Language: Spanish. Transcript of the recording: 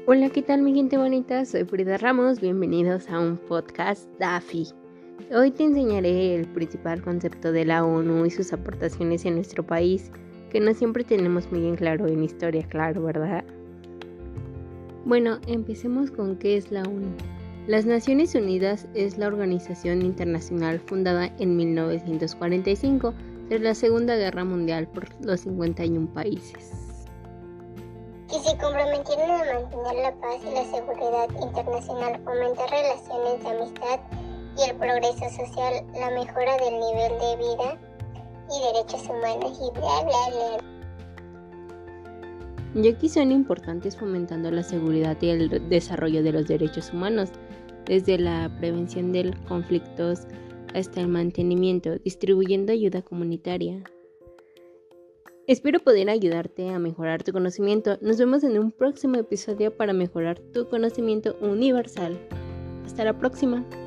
Hola, ¿qué tal mi gente bonita? Soy Frida Ramos, bienvenidos a un podcast DAFI. Hoy te enseñaré el principal concepto de la ONU y sus aportaciones en nuestro país, que no siempre tenemos muy en claro en historia, claro, ¿verdad? Bueno, empecemos con qué es la ONU. Las Naciones Unidas es la organización internacional fundada en 1945 tras la Segunda Guerra Mundial por los 51 países. Y se comprometieron a mantener la paz y la seguridad internacional, fomentar relaciones de amistad y el progreso social, la mejora del nivel de vida y derechos humanos y bla bla bla. Y aquí son importantes fomentando la seguridad y el desarrollo de los derechos humanos, desde la prevención de conflictos hasta el mantenimiento, distribuyendo ayuda comunitaria. Espero poder ayudarte a mejorar tu conocimiento. Nos vemos en un próximo episodio para mejorar tu conocimiento universal. Hasta la próxima.